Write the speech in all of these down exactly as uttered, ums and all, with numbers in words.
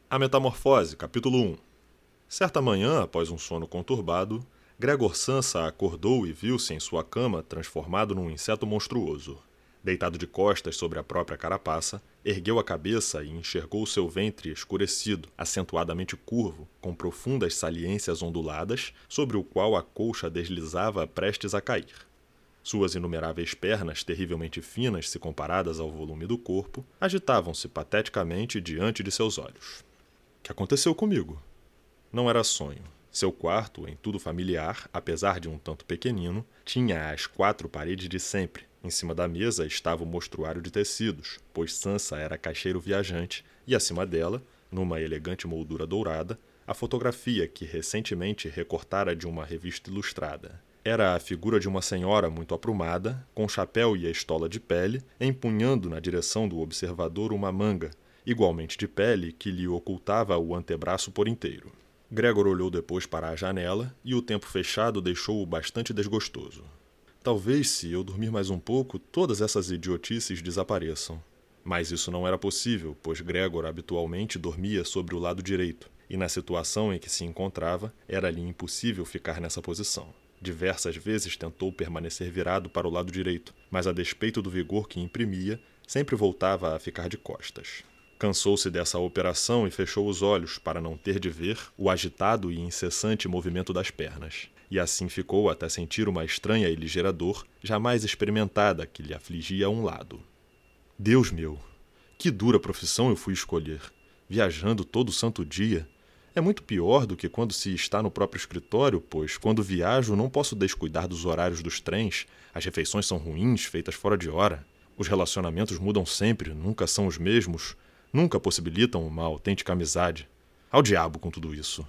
A Metamorfose, capítulo um. Certa manhã, após um sono conturbado, Gregor Samsa acordou e viu-se em sua cama transformado num inseto monstruoso. Deitado de costas sobre a própria carapaça, ergueu a cabeça e enxergou seu ventre escurecido, acentuadamente curvo, com profundas saliências onduladas, sobre o qual a colcha deslizava prestes a cair. Suas inumeráveis pernas, terrivelmente finas se comparadas ao volume do corpo, agitavam-se pateticamente diante de seus olhos. O que aconteceu comigo? Não era sonho. Seu quarto, em tudo familiar, apesar de um tanto pequenino, tinha as quatro paredes de sempre. Em cima da mesa estava o mostruário de tecidos, pois Samsa era caixeiro viajante, e acima dela, numa elegante moldura dourada, a fotografia que recentemente recortara de uma revista ilustrada. Era a figura de uma senhora muito aprumada, com chapéu e estola de pele, empunhando na direção do observador uma manga, igualmente de pele, que lhe ocultava o antebraço por inteiro. Gregor olhou depois para a janela e o tempo fechado deixou-o bastante desgostoso. Talvez, se eu dormir mais um pouco, todas essas idiotices desapareçam. Mas isso não era possível, pois Gregor habitualmente dormia sobre o lado direito, e na situação em que se encontrava, era-lhe impossível ficar nessa posição. Diversas vezes tentou permanecer virado para o lado direito, mas a despeito do vigor que imprimia, sempre voltava a ficar de costas. Cansou-se dessa operação e fechou os olhos para não ter de ver o agitado e incessante movimento das pernas. E assim ficou até sentir uma estranha e ligeira dor, jamais experimentada, que lhe afligia a um lado. Deus meu, que dura profissão eu fui escolher, viajando todo santo dia. É muito pior do que quando se está no próprio escritório, pois, quando viajo, não posso descuidar dos horários dos trens, as refeições são ruins, feitas fora de hora. Os relacionamentos mudam sempre, nunca são os mesmos, nunca possibilitam uma autêntica amizade. Ao diabo com tudo isso.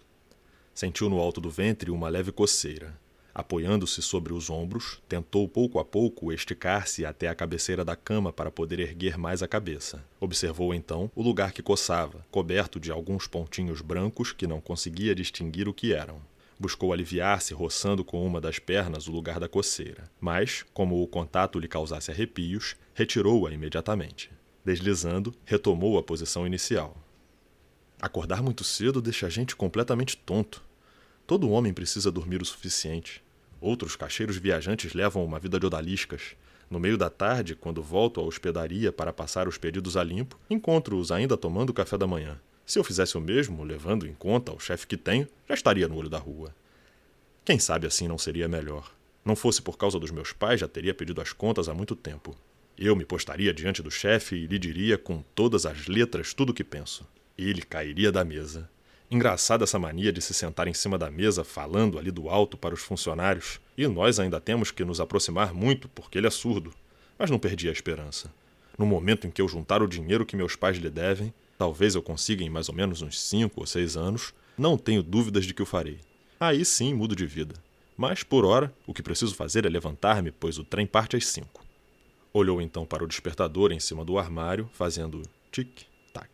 Sentiu no alto do ventre uma leve coceira. Apoiando-se sobre os ombros, tentou pouco a pouco esticar-se até a cabeceira da cama para poder erguer mais a cabeça. Observou então o lugar que coçava, coberto de alguns pontinhos brancos que não conseguia distinguir o que eram. Buscou aliviar-se roçando com uma das pernas o lugar da coceira, mas, como o contato lhe causasse arrepios, retirou-a imediatamente. Deslizando, retomou a posição inicial. Acordar muito cedo deixa a gente completamente tonto. Todo homem precisa dormir o suficiente. Outros caixeiros viajantes levam uma vida de odaliscas. No meio da tarde, quando volto à hospedaria para passar os pedidos a limpo, encontro-os ainda tomando café da manhã. Se eu fizesse o mesmo, levando em conta o chefe que tenho, já estaria no olho da rua. Quem sabe assim não seria melhor. Não fosse por causa dos meus pais, já teria pedido as contas há muito tempo. Eu me postaria diante do chefe e lhe diria com todas as letras tudo o que penso. Ele cairia da mesa. Engraçada essa mania de se sentar em cima da mesa falando ali do alto para os funcionários. E nós ainda temos que nos aproximar muito porque ele é surdo. Mas não perdi a esperança. No momento em que eu juntar o dinheiro que meus pais lhe devem, talvez eu consiga em mais ou menos uns cinco ou seis anos, não tenho dúvidas de que o farei. Aí sim mudo de vida. Mas, por hora, o que preciso fazer é levantar-me, pois o trem parte às cinco. Olhou então para o despertador em cima do armário, fazendo tic-tac.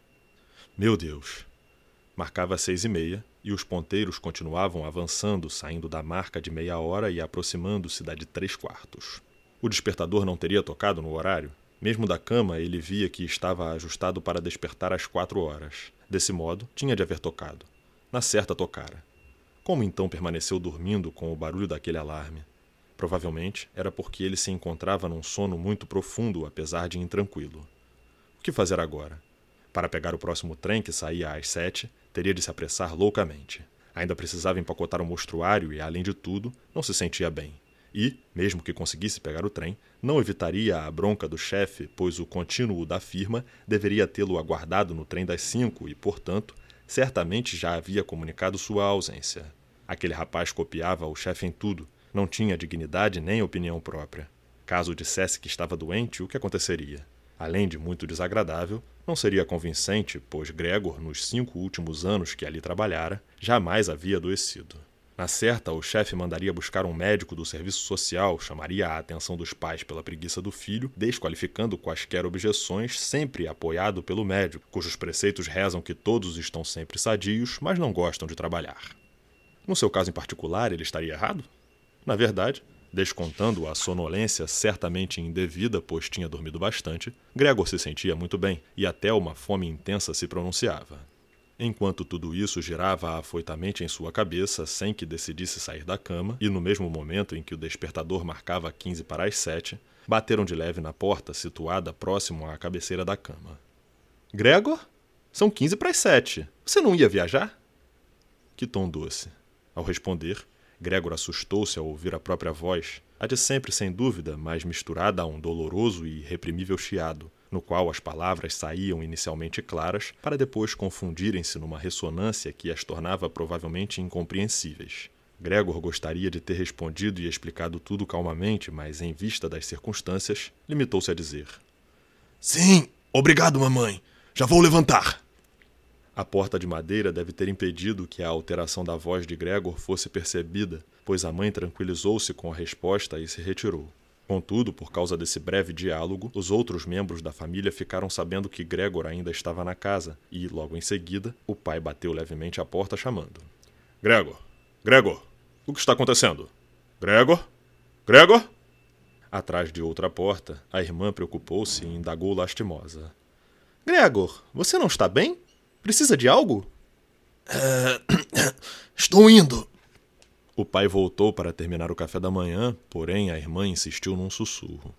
Meu Deus! Marcava seis e meia, e os ponteiros continuavam avançando, saindo da marca de meia hora e aproximando-se da de três quartos. O despertador não teria tocado no horário? Mesmo da cama, ele via que estava ajustado para despertar às quatro horas. Desse modo, tinha de haver tocado. Na certa tocara. Como então permaneceu dormindo com o barulho daquele alarme? Provavelmente era porque ele se encontrava num sono muito profundo, apesar de intranquilo. O que fazer agora? Para pegar o próximo trem, que saía às sete, teria de se apressar loucamente. Ainda precisava empacotar o mostruário e, além de tudo, não se sentia bem. E, mesmo que conseguisse pegar o trem, não evitaria a bronca do chefe, pois o contínuo da firma deveria tê-lo aguardado no trem das cinco e, portanto, certamente já havia comunicado sua ausência. Aquele rapaz copiava o chefe em tudo, não tinha dignidade nem opinião própria. Caso dissesse que estava doente, o que aconteceria? Além de muito desagradável, não seria convincente, pois Gregor, nos cinco últimos anos que ali trabalhara, jamais havia adoecido. Na certa, o chefe mandaria buscar um médico do serviço social, chamaria a atenção dos pais pela preguiça do filho, desqualificando quaisquer objeções, sempre apoiado pelo médico, cujos preceitos rezam que todos estão sempre sadios, mas não gostam de trabalhar. No seu caso em particular, ele estaria errado? Na verdade, Descontando a sonolência certamente indevida, pois tinha dormido bastante, Gregor se sentia muito bem, e até uma fome intensa se pronunciava. Enquanto tudo isso girava afoitamente em sua cabeça, sem que decidisse sair da cama, e no mesmo momento em que o despertador marcava quinze para as sete, bateram de leve na porta situada próximo à cabeceira da cama. — Gregor? São quinze para as sete. Você não ia viajar? Que tom doce. Ao responder, Gregor assustou-se ao ouvir a própria voz, a de sempre sem dúvida, mas misturada a um doloroso e irreprimível chiado, no qual as palavras saíam inicialmente claras, para depois confundirem-se numa ressonância que as tornava provavelmente incompreensíveis. Gregor gostaria de ter respondido e explicado tudo calmamente, mas, em vista das circunstâncias, limitou-se a dizer: Sim, obrigado, mamãe. Já vou levantar. A porta de madeira deve ter impedido que a alteração da voz de Gregor fosse percebida, pois a mãe tranquilizou-se com a resposta e se retirou. Contudo, por causa desse breve diálogo, os outros membros da família ficaram sabendo que Gregor ainda estava na casa e, logo em seguida, o pai bateu levemente à porta chamando. — Gregor! Gregor! O que está acontecendo? Gregor? Gregor? Atrás de outra porta, a irmã preocupou-se e indagou lastimosa. — Gregor, você não está bem? Precisa de algo? É... Estou indo. O pai voltou para terminar o café da manhã, porém a irmã insistiu num sussurro.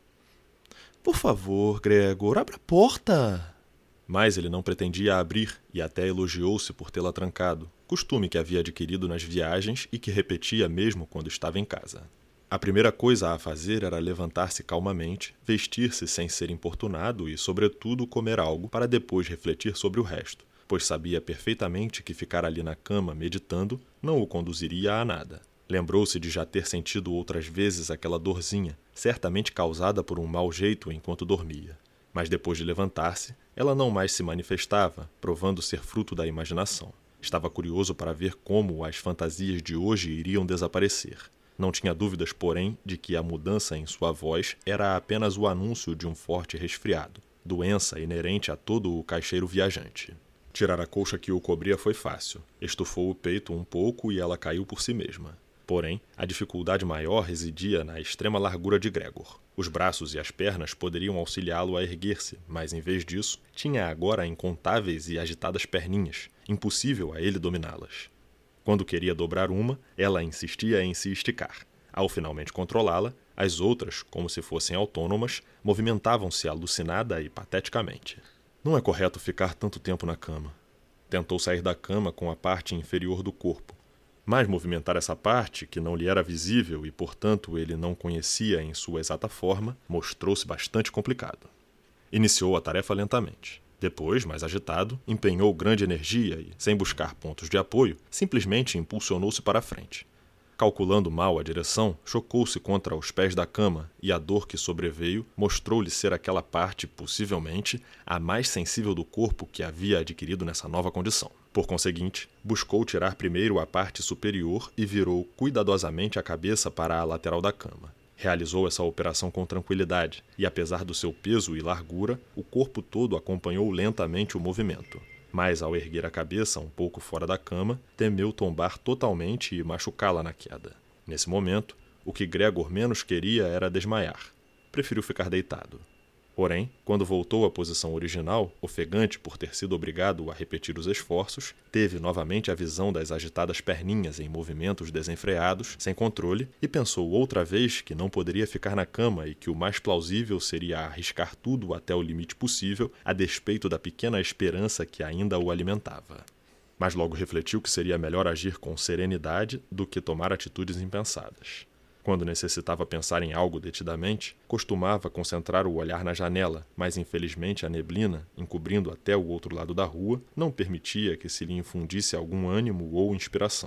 — Por favor, Gregor, abra a porta. Mas ele não pretendia abrir e até elogiou-se por tê-la trancado, costume que havia adquirido nas viagens e que repetia mesmo quando estava em casa. A primeira coisa a fazer era levantar-se calmamente, vestir-se sem ser importunado e, sobretudo, comer algo para depois refletir sobre o resto, pois sabia perfeitamente que ficar ali na cama meditando não o conduziria a nada. Lembrou-se de já ter sentido outras vezes aquela dorzinha, certamente causada por um mau jeito enquanto dormia. Mas depois de levantar-se, ela não mais se manifestava, provando ser fruto da imaginação. Estava curioso para ver como as fantasias de hoje iriam desaparecer. Não tinha dúvidas, porém, de que a mudança em sua voz era apenas o anúncio de um forte resfriado, doença inerente a todo o caixeiro viajante. Tirar a colcha que o cobria foi fácil. Estufou o peito um pouco e ela caiu por si mesma. Porém, a dificuldade maior residia na extrema largura de Gregor. Os braços e as pernas poderiam auxiliá-lo a erguer-se, mas, em vez disso, tinha agora incontáveis e agitadas perninhas, impossível a ele dominá-las. Quando queria dobrar uma, ela insistia em se esticar. Ao finalmente controlá-la, as outras, como se fossem autônomas, movimentavam-se alucinada e pateticamente. Não é correto ficar tanto tempo na cama. Tentou sair da cama com a parte inferior do corpo, mas movimentar essa parte, que não lhe era visível e, portanto, ele não conhecia em sua exata forma, mostrou-se bastante complicado. Iniciou a tarefa lentamente. Depois, mais agitado, empenhou grande energia e, sem buscar pontos de apoio, simplesmente impulsionou-se para a frente. Calculando mal a direção, chocou-se contra os pés da cama e a dor que sobreveio mostrou-lhe ser aquela parte, possivelmente, a mais sensível do corpo que havia adquirido nessa nova condição. Por conseguinte, buscou tirar primeiro a parte superior e virou cuidadosamente a cabeça para a lateral da cama. Realizou essa operação com tranquilidade e, apesar do seu peso e largura, o corpo todo acompanhou lentamente o movimento. Mas, ao erguer a cabeça um pouco fora da cama, temeu tombar totalmente e machucá-la na queda. Nesse momento, o que Gregor menos queria era desmaiar. Preferiu ficar deitado. Porém, quando voltou à posição original, ofegante por ter sido obrigado a repetir os esforços, teve novamente a visão das agitadas perninhas em movimentos desenfreados, sem controle, e pensou outra vez que não poderia ficar na cama e que o mais plausível seria arriscar tudo até o limite possível, a despeito da pequena esperança que ainda o alimentava. Mas logo refletiu que seria melhor agir com serenidade do que tomar atitudes impensadas. Quando necessitava pensar em algo detidamente, costumava concentrar o olhar na janela, mas infelizmente a neblina, encobrindo até o outro lado da rua, não permitia que se lhe infundisse algum ânimo ou inspiração.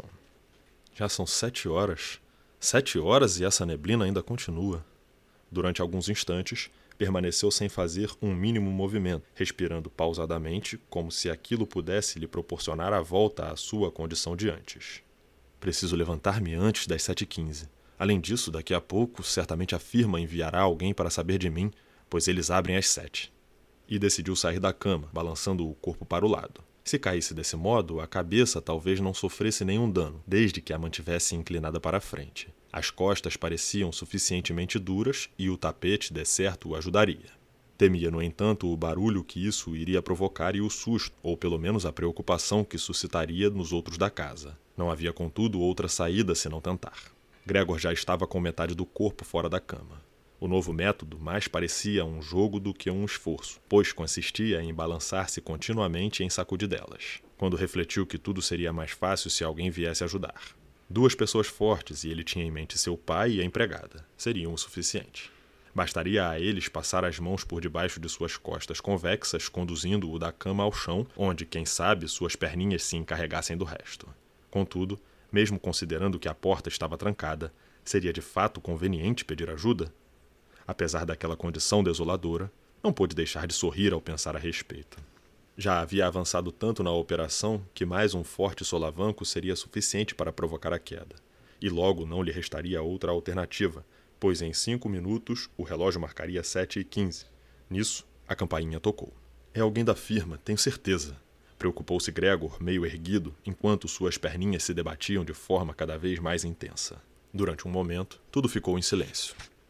Já são sete horas. Sete horas e essa neblina ainda continua. Durante alguns instantes, permaneceu sem fazer um mínimo movimento, respirando pausadamente, como se aquilo pudesse lhe proporcionar a volta à sua condição de antes. Preciso levantar-me antes das sete e quinze. Além disso, daqui a pouco, certamente a firma enviará alguém para saber de mim, pois eles abrem às sete. E decidiu sair da cama, balançando o corpo para o lado. Se caísse desse modo, a cabeça talvez não sofresse nenhum dano, desde que a mantivesse inclinada para a frente. As costas pareciam suficientemente duras e o tapete, de certo, o ajudaria. Temia, no entanto, o barulho que isso iria provocar e o susto, ou pelo menos a preocupação que suscitaria nos outros da casa. Não havia, contudo, outra saída senão tentar. Gregor já estava com metade do corpo fora da cama. O novo método mais parecia um jogo do que um esforço, pois consistia em balançar-se continuamente em sacudidelas, quando refletiu que tudo seria mais fácil se alguém viesse ajudar. Duas pessoas fortes, e ele tinha em mente seu pai e a empregada, seriam o suficiente. Bastaria a eles passar as mãos por debaixo de suas costas convexas, conduzindo-o da cama ao chão, onde, quem sabe, suas perninhas se encarregassem do resto. Contudo, mesmo considerando que a porta estava trancada, seria de fato conveniente pedir ajuda? Apesar daquela condição desoladora, não pôde deixar de sorrir ao pensar a respeito. Já havia avançado tanto na operação que mais um forte solavanco seria suficiente para provocar a queda. E logo não lhe restaria outra alternativa, pois em cinco minutos o relógio marcaria sete e quinze. Nisso, a campainha tocou. É alguém da firma, tenho certeza. Preocupou-se Gregor, meio erguido, enquanto suas perninhas se debatiam de forma cada vez mais intensa. Durante um momento, tudo ficou em silêncio.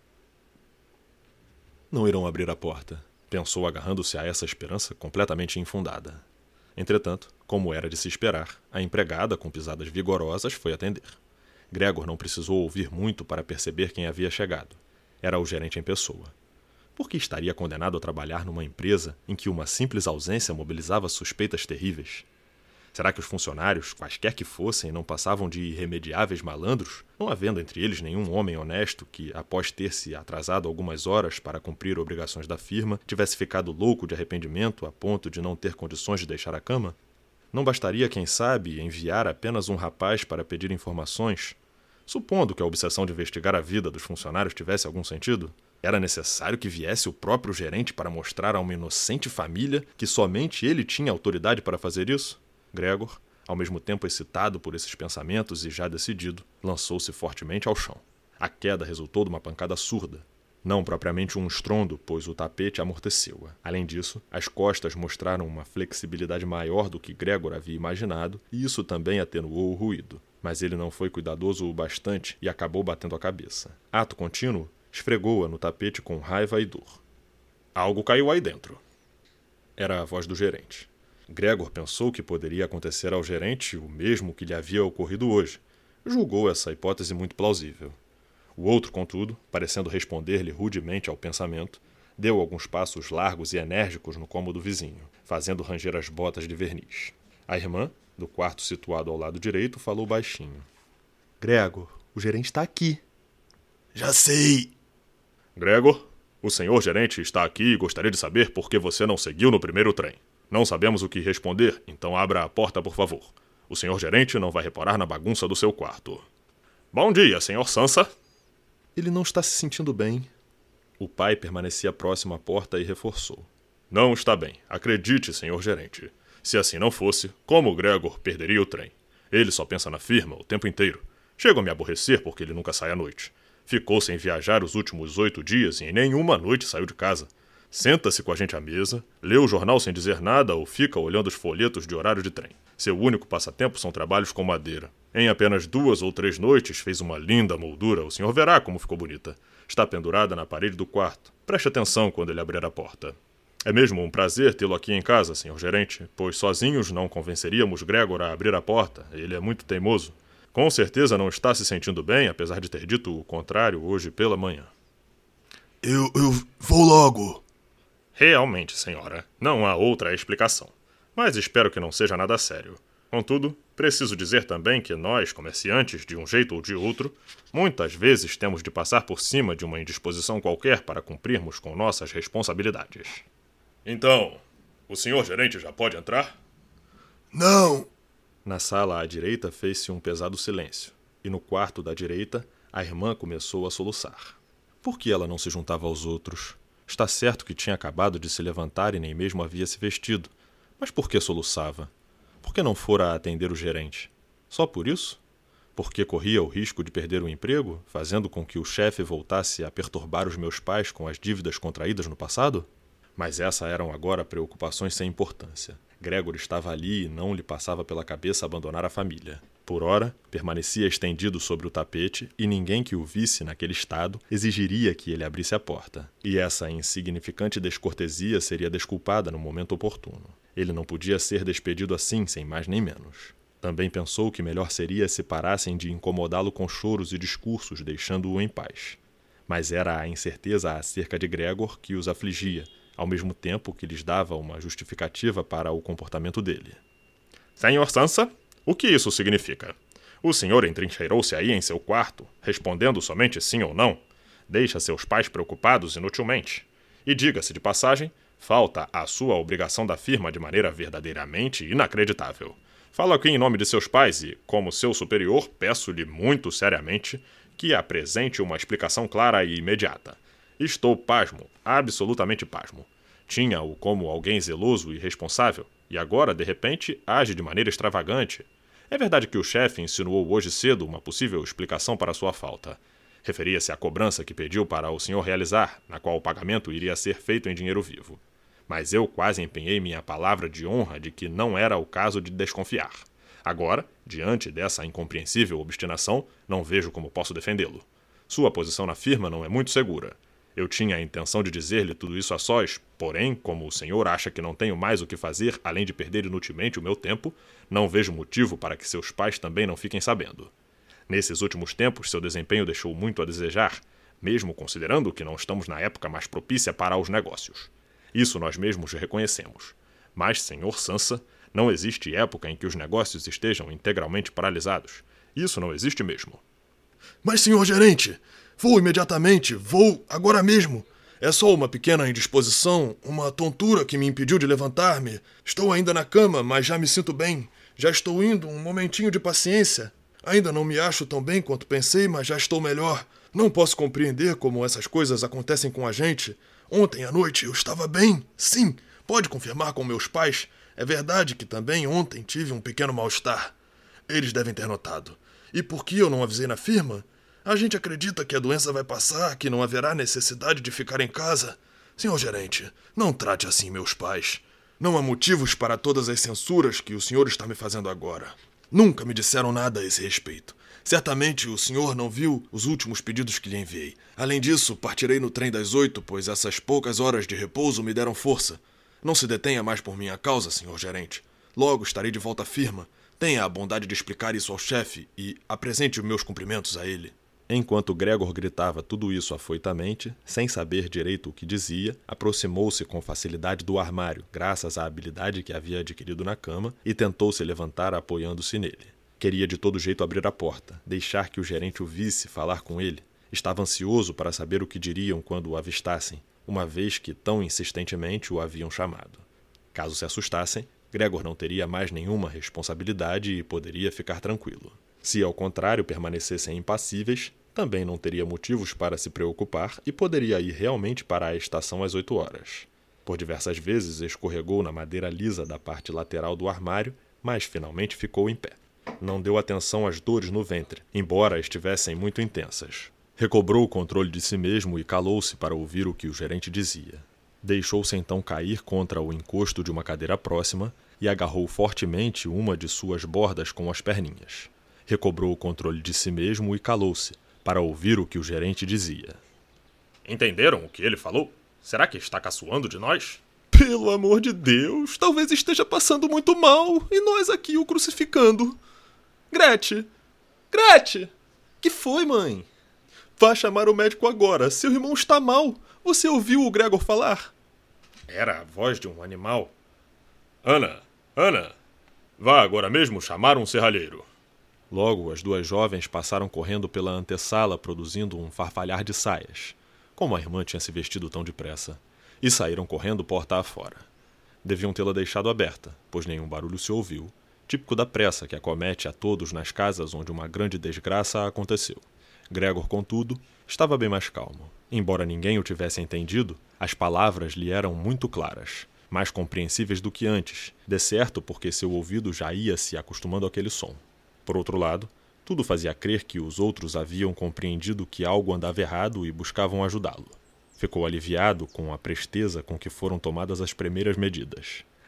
Não irão abrir a porta, pensou agarrando-se a essa esperança completamente infundada. Entretanto, como era de se esperar, a empregada, com pisadas vigorosas, foi atender. Gregor não precisou ouvir muito para perceber quem havia chegado. Era o gerente em pessoa. Por que estaria condenado a trabalhar numa empresa em que uma simples ausência mobilizava suspeitas terríveis? Será que os funcionários, quaisquer que fossem, não passavam de irremediáveis malandros, não havendo entre eles nenhum homem honesto que, após ter se atrasado algumas horas para cumprir obrigações da firma, tivesse ficado louco de arrependimento a ponto de não ter condições de deixar a cama? Não bastaria, quem sabe, enviar apenas um rapaz para pedir informações? Supondo que a obsessão de investigar a vida dos funcionários tivesse algum sentido, era necessário que viesse o próprio gerente para mostrar a uma inocente família que somente ele tinha autoridade para fazer isso? Gregor, ao mesmo tempo excitado por esses pensamentos e já decidido, lançou-se fortemente ao chão. A queda resultou de uma pancada surda. Não propriamente um estrondo, pois o tapete amorteceu-a. Além disso, as costas mostraram uma flexibilidade maior do que Gregor havia imaginado, e isso também atenuou o ruído. Mas ele não foi cuidadoso o bastante e acabou batendo a cabeça. Ato contínuo, esfregou-a no tapete com raiva e dor. Algo caiu aí dentro. Era a voz do gerente. Gregor pensou que poderia acontecer ao gerente o mesmo que lhe havia ocorrido hoje. Julgou essa hipótese muito plausível. O outro, contudo, parecendo responder-lhe rudemente ao pensamento, deu alguns passos largos e enérgicos no cômodo vizinho, fazendo ranger as botas de verniz. A irmã, do quarto situado ao lado direito, falou baixinho. Gregor, o gerente está aqui. Já sei. Gregor, o senhor gerente está aqui e gostaria de saber por que você não seguiu no primeiro trem. Não sabemos o que responder, então abra a porta, por favor. O senhor gerente não vai reparar na bagunça do seu quarto. Bom dia, senhor Sansa. Ele não está se sentindo bem. O pai permanecia próximo à porta e reforçou. Não está bem, acredite, senhor gerente. Se assim não fosse, como o Gregor perderia o trem? Ele só pensa na firma o tempo inteiro. Chega a me aborrecer porque ele nunca sai à noite. Ficou sem viajar os últimos oito dias e em nenhuma noite saiu de casa. Senta-se com a gente à mesa, lê o jornal sem dizer nada ou fica olhando os folhetos de horário de trem. Seu único passatempo são trabalhos com madeira. Em apenas duas ou três noites fez uma linda moldura, o senhor verá como ficou bonita. Está pendurada na parede do quarto. Preste atenção quando ele abrir a porta. É mesmo um prazer tê-lo aqui em casa, senhor gerente, pois sozinhos não convenceríamos Gregor a abrir a porta. Ele é muito teimoso. Com certeza não está se sentindo bem, apesar de ter dito o contrário hoje pela manhã. Eu, eu vou logo. Realmente, senhora, não há outra explicação. Mas espero que não seja nada sério. Contudo, preciso dizer também que nós, comerciantes, de um jeito ou de outro, muitas vezes temos de passar por cima de uma indisposição qualquer para cumprirmos com nossas responsabilidades. Então, o senhor gerente já pode entrar? Não! Na sala à direita fez-se um pesado silêncio, e no quarto da direita a irmã começou a soluçar. Por que ela não se juntava aos outros? Está certo que tinha acabado de se levantar e nem mesmo havia se vestido. Mas por que soluçava? Por que não fora atender o gerente? Só por isso? Porque corria o risco de perder o emprego, fazendo com que o chefe voltasse a perturbar os meus pais com as dívidas contraídas no passado? Mas essas eram agora preocupações sem importância. Gregor estava ali e não lhe passava pela cabeça abandonar a família. Por ora, permanecia estendido sobre o tapete e ninguém que o visse naquele estado exigiria que ele abrisse a porta. E essa insignificante descortesia seria desculpada no momento oportuno. Ele não podia ser despedido assim, sem mais nem menos. Também pensou que melhor seria se parassem de incomodá-lo com choros e discursos, deixando-o em paz. Mas era a incerteza acerca de Gregor que os afligia, ao mesmo tempo que lhes dava uma justificativa para o comportamento dele. Senhor Sansa, o que isso significa? O senhor entrincheirou-se aí em seu quarto, respondendo somente sim ou não? Deixa seus pais preocupados inutilmente. E diga-se de passagem, falta à sua obrigação da firma de maneira verdadeiramente inacreditável. Falo aqui em nome de seus pais e, como seu superior, peço-lhe muito seriamente que apresente uma explicação clara e imediata. Estou pasmo, absolutamente pasmo. Tinha-o como alguém zeloso e responsável, e agora, de repente, age de maneira extravagante. É verdade que o chefe insinuou hoje cedo uma possível explicação para sua falta. Referia-se à cobrança que pediu para o senhor realizar, na qual o pagamento iria ser feito em dinheiro vivo. Mas eu quase empenhei minha palavra de honra de que não era o caso de desconfiar. Agora, diante dessa incompreensível obstinação, não vejo como posso defendê-lo. Sua posição na firma não é muito segura. Eu tinha a intenção de dizer-lhe tudo isso a sós, porém, como o senhor acha que não tenho mais o que fazer além de perder inutilmente o meu tempo, não vejo motivo para que seus pais também não fiquem sabendo. Nesses últimos tempos, seu desempenho deixou muito a desejar, mesmo considerando que não estamos na época mais propícia para os negócios. Isso nós mesmos reconhecemos. Mas, senhor Sansa, não existe época em que os negócios estejam integralmente paralisados. Isso não existe mesmo. Mas, senhor gerente, vou imediatamente, vou agora mesmo. É só uma pequena indisposição, uma tontura que me impediu de levantar-me. Estou ainda na cama, mas já me sinto bem. Já estou indo, um momentinho de paciência. Ainda não me acho tão bem quanto pensei, mas já estou melhor. Não posso compreender como essas coisas acontecem com a gente. Ontem à noite eu estava bem, sim, pode confirmar com meus pais. É verdade que também ontem tive um pequeno mal-estar. Eles devem ter notado. E por que eu não avisei na firma? A gente acredita que a doença vai passar, que não haverá necessidade de ficar em casa. Senhor gerente, não trate assim meus pais. Não há motivos para todas as censuras que o senhor está me fazendo agora. Nunca me disseram nada a esse respeito. Certamente o senhor não viu os últimos pedidos que lhe enviei. Além disso, partirei no trem das oito, pois essas poucas horas de repouso me deram força. Não se detenha mais por minha causa, senhor gerente. Logo estarei de volta à firma. Tenha a bondade de explicar isso ao chefe e apresente os meus cumprimentos a ele. Enquanto Gregor gritava tudo isso afoitamente, sem saber direito o que dizia, aproximou-se com facilidade do armário, graças à habilidade que havia adquirido na cama, e tentou se levantar apoiando-se nele. Queria de todo jeito abrir a porta, deixar que o gerente o visse, falar com ele. Estava ansioso para saber o que diriam quando o avistassem, uma vez que tão insistentemente o haviam chamado. Caso se assustassem, Gregor não teria mais nenhuma responsabilidade e poderia ficar tranquilo. Se, ao contrário, permanecessem impassíveis, também não teria motivos para se preocupar e poderia ir realmente para a estação às oito horas. Por diversas vezes escorregou na madeira lisa da parte lateral do armário, mas finalmente ficou em pé. Não deu atenção às dores no ventre, embora estivessem muito intensas. Recobrou o controle de si mesmo e calou-se para ouvir o que o gerente dizia. Deixou-se então cair contra o encosto de uma cadeira próxima e agarrou fortemente uma de suas bordas com as perninhas. Recobrou o controle de si mesmo e calou-se, para ouvir o que o gerente dizia. Entenderam o que ele falou? Será que está caçoando de nós? Pelo amor de Deus, talvez esteja passando muito mal e nós aqui o crucificando. Gretchen! Gretchen! Que foi, mãe? Vá chamar o médico agora, seu irmão está mal. Você ouviu o Gregor falar? Era a voz de um animal. Ana, Ana, vá agora mesmo chamar um serralheiro. Logo, as duas jovens passaram correndo pela antessala, produzindo um farfalhar de saias, como a irmã tinha se vestido tão depressa, e saíram correndo porta afora. Deviam tê-la deixado aberta, pois nenhum barulho se ouviu, típico da pressa que acomete a todos nas casas onde uma grande desgraça aconteceu. Gregor, contudo, estava bem mais calmo. Embora ninguém o tivesse entendido, as palavras lhe eram muito claras, mais compreensíveis do que antes, de certo porque seu ouvido já ia se acostumando àquele som. Por outro lado, tudo fazia crer que os outros haviam compreendido que algo andava errado e buscavam ajudá-lo. Ficou aliviado com a presteza com que foram tomadas as primeiras medidas.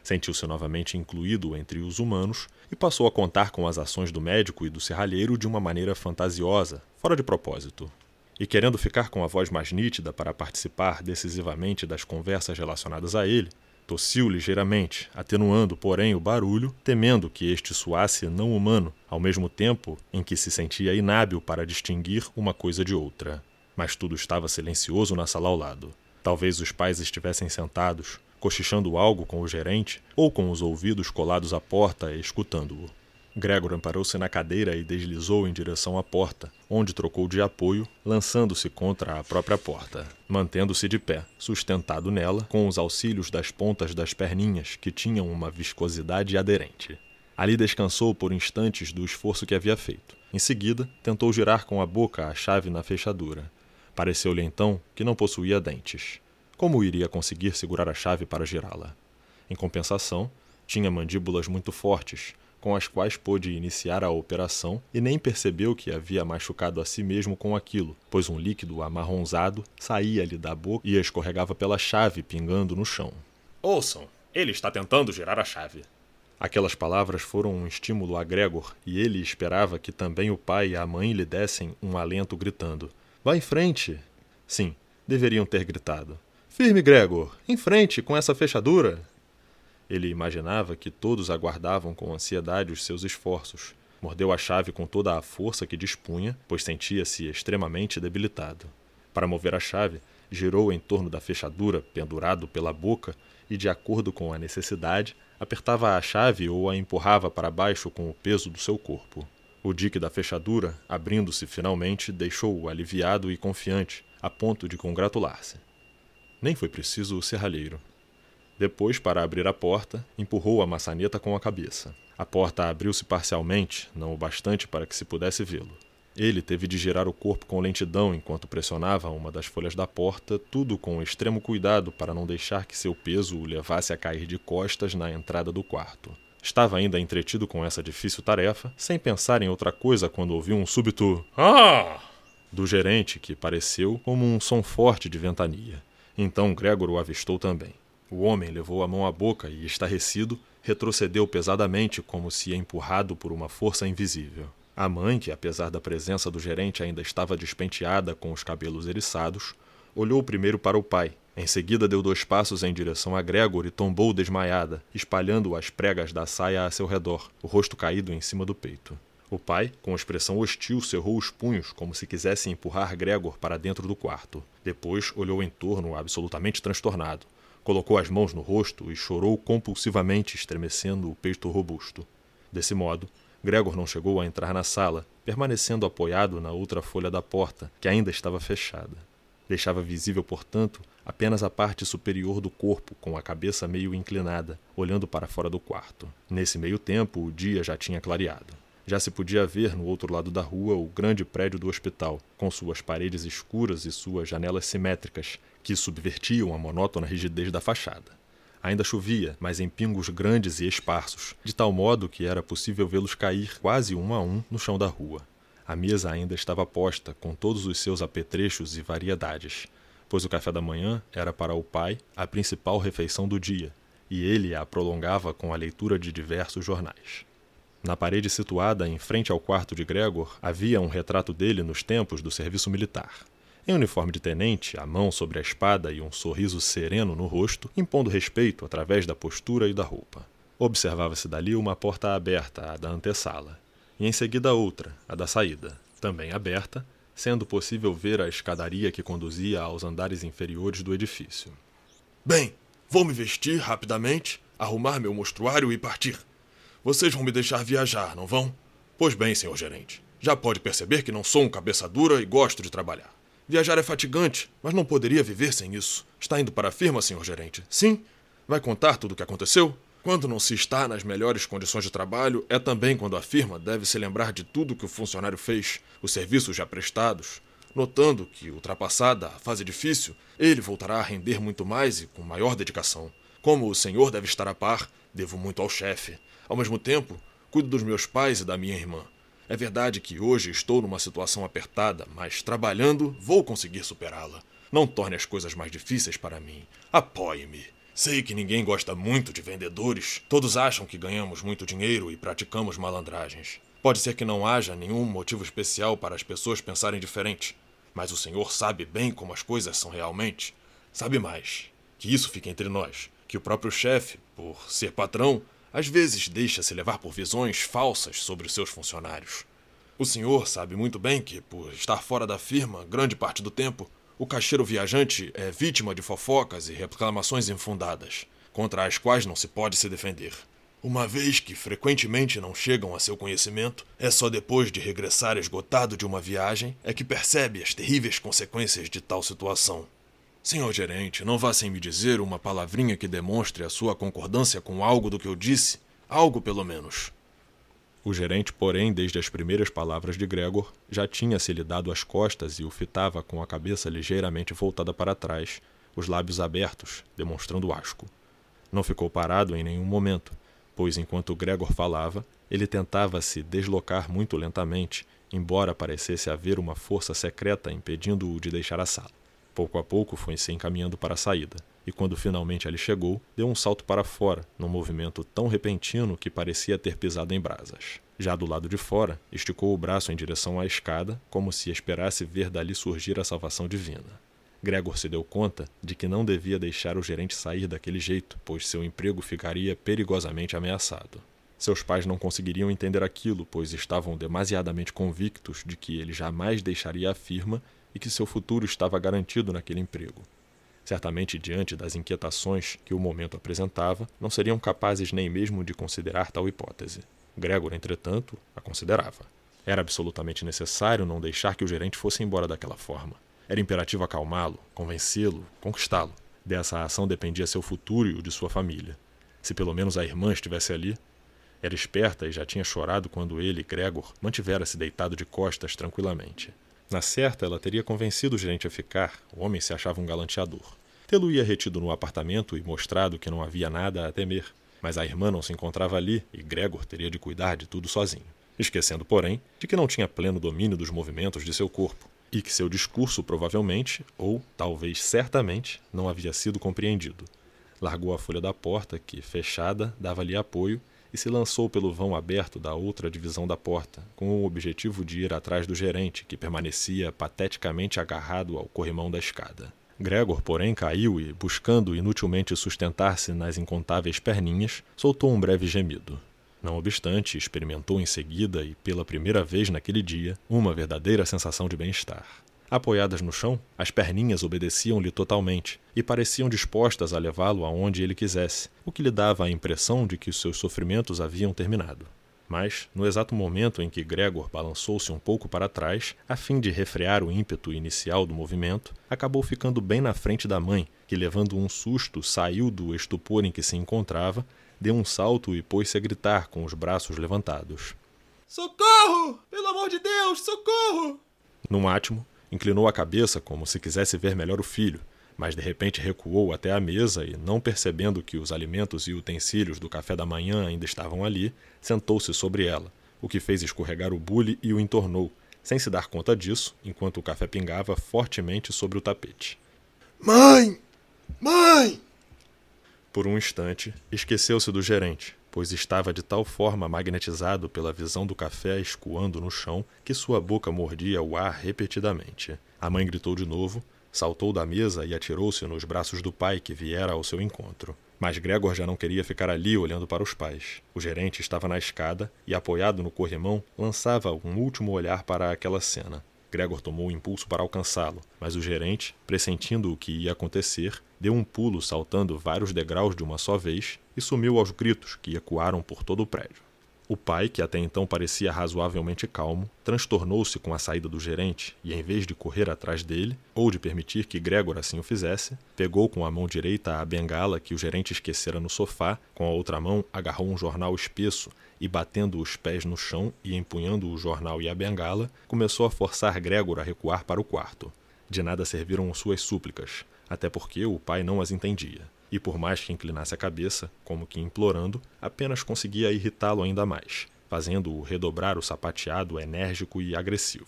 Sentiu-se novamente incluído entre os humanos e passou a contar com as ações do médico e do serralheiro de uma maneira fantasiosa, fora de propósito. E querendo ficar com a voz mais nítida para participar decisivamente das conversas relacionadas a ele, tossiu ligeiramente, atenuando, porém, o barulho, temendo que este soasse não humano, ao mesmo tempo em que se sentia inábil para distinguir uma coisa de outra. Mas tudo estava silencioso na sala ao lado. Talvez os pais estivessem sentados, cochichando algo com o gerente, ou com os ouvidos colados à porta, escutando-o. Gregor amparou-se na cadeira e deslizou em direção à porta, onde trocou de apoio, lançando-se contra a própria porta, mantendo-se de pé, sustentado nela, com os auxílios das pontas das perninhas, que tinham uma viscosidade aderente. Ali descansou por instantes do esforço que havia feito. Em seguida, tentou girar com a boca a chave na fechadura. Pareceu-lhe então que não possuía dentes. Como iria conseguir segurar a chave para girá-la? Em compensação, tinha mandíbulas muito fortes, com as quais pôde iniciar a operação e nem percebeu que havia machucado a si mesmo com aquilo, pois um líquido amarronzado saía-lhe da boca e escorregava pela chave, pingando no chão. Ouçam, ele está tentando girar a chave. Aquelas palavras foram um estímulo a Gregor e ele esperava que também o pai e a mãe lhe dessem um alento gritando: "Vá em frente!" Sim, deveriam ter gritado: "Firme, Gregor! Em frente, com essa fechadura!" Ele imaginava que todos aguardavam com ansiedade os seus esforços. Mordeu a chave com toda a força que dispunha, pois sentia-se extremamente debilitado. Para mover a chave, girou em torno da fechadura, pendurado pela boca, e, de acordo com a necessidade, apertava a chave ou a empurrava para baixo com o peso do seu corpo. O dique da fechadura, abrindo-se finalmente, deixou-o aliviado e confiante, a ponto de congratular-se. Nem foi preciso o serralheiro. Depois, para abrir a porta, empurrou a maçaneta com a cabeça. A porta abriu-se parcialmente, não o bastante para que se pudesse vê-lo. Ele teve de girar o corpo com lentidão enquanto pressionava uma das folhas da porta, tudo com extremo cuidado para não deixar que seu peso o levasse a cair de costas na entrada do quarto. Estava ainda entretido com essa difícil tarefa, sem pensar em outra coisa quando ouviu um súbito "Ah!" do gerente, que pareceu como um som forte de ventania. Então Gregor o avistou também. O homem levou a mão à boca e, estarrecido, retrocedeu pesadamente como se empurrado por uma força invisível. A mãe, que apesar da presença do gerente ainda estava despenteada com os cabelos eriçados, olhou primeiro para o pai. Em seguida deu dois passos em direção a Gregor e tombou desmaiada, espalhando as pregas da saia a seu redor, o rosto caído em cima do peito. O pai, com expressão hostil, cerrou os punhos como se quisesse empurrar Gregor para dentro do quarto. Depois olhou em torno, absolutamente transtornado. Colocou as mãos no rosto e chorou compulsivamente, estremecendo o peito robusto. Desse modo, Gregor não chegou a entrar na sala, permanecendo apoiado na outra folha da porta, que ainda estava fechada. Deixava visível, portanto, apenas a parte superior do corpo, com a cabeça meio inclinada, olhando para fora do quarto. Nesse meio tempo, o dia já tinha clareado. Já se podia ver no outro lado da rua o grande prédio do hospital, com suas paredes escuras e suas janelas simétricas, que subvertiam a monótona rigidez da fachada. Ainda chovia, mas em pingos grandes e esparsos, de tal modo que era possível vê-los cair quase um a um no chão da rua. A mesa ainda estava posta, com todos os seus apetrechos e variedades, pois o café da manhã era para o pai a principal refeição do dia, e ele a prolongava com a leitura de diversos jornais. Na parede situada em frente ao quarto de Gregor havia um retrato dele nos tempos do serviço militar. Em uniforme de tenente, a mão sobre a espada e um sorriso sereno no rosto, impondo respeito através da postura e da roupa. Observava-se dali uma porta aberta, a da antessala, e em seguida outra, a da saída, também aberta, sendo possível ver a escadaria que conduzia aos andares inferiores do edifício. Bem, vou me vestir rapidamente, arrumar meu mostruário e partir. Vocês vão me deixar viajar, não vão? Pois bem, senhor gerente. Já pode perceber que não sou um cabeça dura e gosto de trabalhar. Viajar é fatigante, mas não poderia viver sem isso. Está indo para a firma, senhor gerente? Sim? Vai contar tudo o que aconteceu? Quando não se está nas melhores condições de trabalho, é também quando a firma deve se lembrar de tudo que o funcionário fez, os serviços já prestados. Notando que, ultrapassada a fase difícil, ele voltará a render muito mais e com maior dedicação. Como o senhor deve estar a par, devo muito ao chefe. Ao mesmo tempo, cuido dos meus pais e da minha irmã. É verdade que hoje estou numa situação apertada, mas trabalhando vou conseguir superá-la. Não torne as coisas mais difíceis para mim. Apoie-me. Sei que ninguém gosta muito de vendedores. Todos acham que ganhamos muito dinheiro e praticamos malandragens. Pode ser que não haja nenhum motivo especial para as pessoas pensarem diferente. Mas o senhor sabe bem como as coisas são realmente. Sabe mais. Que isso fica entre nós. Que o próprio chefe, por ser patrão, às vezes deixa-se levar por visões falsas sobre os seus funcionários. O senhor sabe muito bem que, por estar fora da firma grande parte do tempo, o caixeiro viajante é vítima de fofocas e reclamações infundadas, contra as quais não se pode se defender. Uma vez que frequentemente não chegam a seu conhecimento, é só depois de regressar esgotado de uma viagem é que percebe as terríveis consequências de tal situação. Senhor gerente, não vá sem me dizer uma palavrinha que demonstre a sua concordância com algo do que eu disse, algo pelo menos. O gerente, porém, desde as primeiras palavras de Gregor, já tinha se lhe dado as costas e o fitava com a cabeça ligeiramente voltada para trás, os lábios abertos, demonstrando asco. Não ficou parado em nenhum momento, pois enquanto Gregor falava, ele tentava se deslocar muito lentamente, embora parecesse haver uma força secreta impedindo-o de deixar a sala. Pouco a pouco foi se encaminhando para a saída, e quando finalmente ali chegou, deu um salto para fora, num movimento tão repentino que parecia ter pisado em brasas. Já do lado de fora, esticou o braço em direção à escada, como se esperasse ver dali surgir a salvação divina. Gregor se deu conta de que não devia deixar o gerente sair daquele jeito, pois seu emprego ficaria perigosamente ameaçado. Seus pais não conseguiriam entender aquilo, pois estavam demasiadamente convictos de que ele jamais deixaria a firma e que seu futuro estava garantido naquele emprego. Certamente, diante das inquietações que o momento apresentava, não seriam capazes nem mesmo de considerar tal hipótese. Gregor, entretanto, a considerava. Era absolutamente necessário não deixar que o gerente fosse embora daquela forma. Era imperativo acalmá-lo, convencê-lo, conquistá-lo. Dessa ação dependia seu futuro e o de sua família. Se pelo menos a irmã estivesse ali. Era esperta e já tinha chorado quando ele, Gregor, mantivera-se deitado de costas tranquilamente. Na certa, ela teria convencido o gerente a ficar. O homem se achava um galanteador. Tê-lo-ia retido no apartamento e mostrado que não havia nada a temer. Mas a irmã não se encontrava ali e Gregor teria de cuidar de tudo sozinho. Esquecendo, porém, de que não tinha pleno domínio dos movimentos de seu corpo e que seu discurso provavelmente, ou talvez certamente, não havia sido compreendido. Largou a folha da porta que, fechada, dava-lhe apoio e se lançou pelo vão aberto da outra divisão da porta, com o objetivo de ir atrás do gerente, que permanecia pateticamente agarrado ao corrimão da escada. Gregor, porém, caiu e, buscando inutilmente sustentar-se nas incontáveis perninhas, soltou um breve gemido. Não obstante, experimentou em seguida, e pela primeira vez naquele dia, uma verdadeira sensação de bem-estar. Apoiadas no chão, as perninhas obedeciam-lhe totalmente e pareciam dispostas a levá-lo aonde ele quisesse, o que lhe dava a impressão de que os seus sofrimentos haviam terminado. Mas, no exato momento em que Gregor balançou-se um pouco para trás, a fim de refrear o ímpeto inicial do movimento, acabou ficando bem na frente da mãe, que, levando um susto, saiu do estupor em que se encontrava, deu um salto e pôs-se a gritar com os braços levantados. Socorro! Pelo amor de Deus, socorro! Num átimo, inclinou a cabeça como se quisesse ver melhor o filho, mas de repente recuou até a mesa e, não percebendo que os alimentos e utensílios do café da manhã ainda estavam ali, sentou-se sobre ela, o que fez escorregar o bule e o entornou, sem se dar conta disso, enquanto o café pingava fortemente sobre o tapete. Mãe! Mãe! Por um instante, esqueceu-se do gerente, pois estava de tal forma magnetizado pela visão do café escoando no chão que sua boca mordia o ar repetidamente. A mãe gritou de novo, saltou da mesa e atirou-se nos braços do pai que viera ao seu encontro. Mas Gregor já não queria ficar ali olhando para os pais. O gerente estava na escada e, apoiado no corrimão, lançava um último olhar para aquela cena. Gregor tomou o impulso para alcançá-lo, mas o gerente, pressentindo o que ia acontecer, deu um pulo saltando vários degraus de uma só vez e sumiu aos gritos que ecoaram por todo o prédio. O pai, que até então parecia razoavelmente calmo, transtornou-se com a saída do gerente e, em vez de correr atrás dele, ou de permitir que Gregor assim o fizesse, pegou com a mão direita a bengala que o gerente esquecera no sofá, com a outra mão agarrou um jornal espesso e, batendo os pés no chão e empunhando o jornal e a bengala, começou a forçar Gregor a recuar para o quarto. De nada serviram suas súplicas, até porque o pai não as entendia. E por mais que inclinasse a cabeça, como que implorando, apenas conseguia irritá-lo ainda mais, fazendo-o redobrar o sapateado enérgico e agressivo.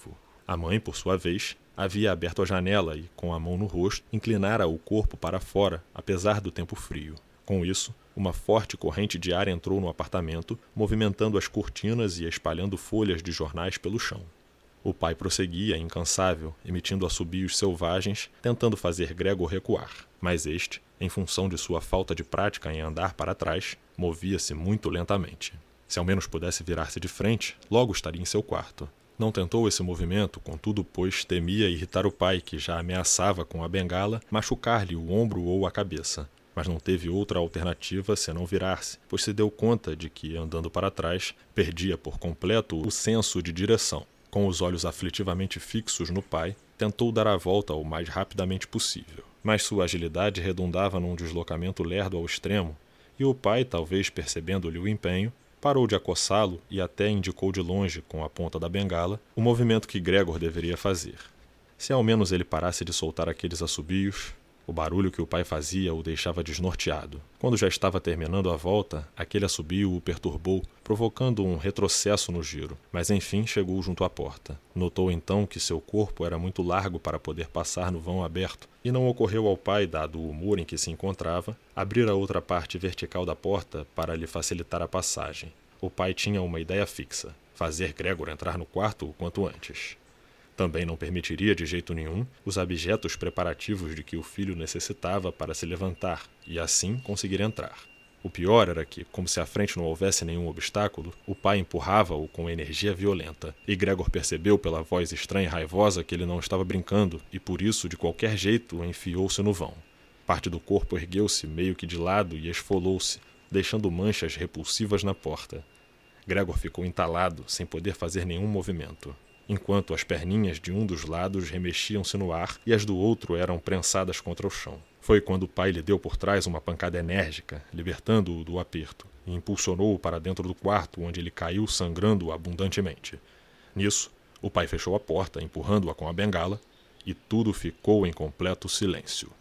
A mãe, por sua vez, havia aberto a janela e, com a mão no rosto, inclinara o corpo para fora, apesar do tempo frio. Com isso, uma forte corrente de ar entrou no apartamento, movimentando as cortinas e espalhando folhas de jornais pelo chão. O pai prosseguia, incansável, emitindo assobios selvagens, tentando fazer Gregor recuar. Mas este, em função de sua falta de prática em andar para trás, movia-se muito lentamente. Se ao menos pudesse virar-se de frente, logo estaria em seu quarto. Não tentou esse movimento, contudo, pois temia irritar o pai, que já ameaçava com a bengala machucar-lhe o ombro ou a cabeça. Mas não teve outra alternativa senão virar-se, pois se deu conta de que, andando para trás, perdia por completo o senso de direção. Com os olhos aflitivamente fixos no pai, tentou dar a volta o mais rapidamente possível. Mas sua agilidade redundava num deslocamento lerdo ao extremo, e o pai, talvez percebendo-lhe o empenho, parou de acossá-lo e até indicou de longe, com a ponta da bengala, o movimento que Gregor deveria fazer. Se ao menos ele parasse de soltar aqueles assobios, o barulho que o pai fazia o deixava desnorteado. Quando já estava terminando a volta, aquele assobio o perturbou, provocando um retrocesso no giro, mas enfim chegou junto à porta. Notou então que seu corpo era muito largo para poder passar no vão aberto, e não ocorreu ao pai, dado o humor em que se encontrava, abrir a outra parte vertical da porta para lhe facilitar a passagem. O pai tinha uma ideia fixa: fazer Gregor entrar no quarto o quanto antes. Também não permitiria de jeito nenhum os abjetos preparativos de que o filho necessitava para se levantar e assim conseguir entrar. O pior era que, como se à frente não houvesse nenhum obstáculo, o pai empurrava-o com energia violenta, e Gregor percebeu pela voz estranha e raivosa que ele não estava brincando e por isso, de qualquer jeito, enfiou-se no vão. Parte do corpo ergueu-se meio que de lado e esfolou-se, deixando manchas repulsivas na porta. Gregor ficou entalado, sem poder fazer nenhum movimento, enquanto as perninhas de um dos lados remexiam-se no ar e as do outro eram prensadas contra o chão. Foi quando o pai lhe deu por trás uma pancada enérgica, libertando-o do aperto, e impulsionou-o para dentro do quarto, onde ele caiu sangrando abundantemente. Nisso, o pai fechou a porta, empurrando-a com a bengala, e tudo ficou em completo silêncio.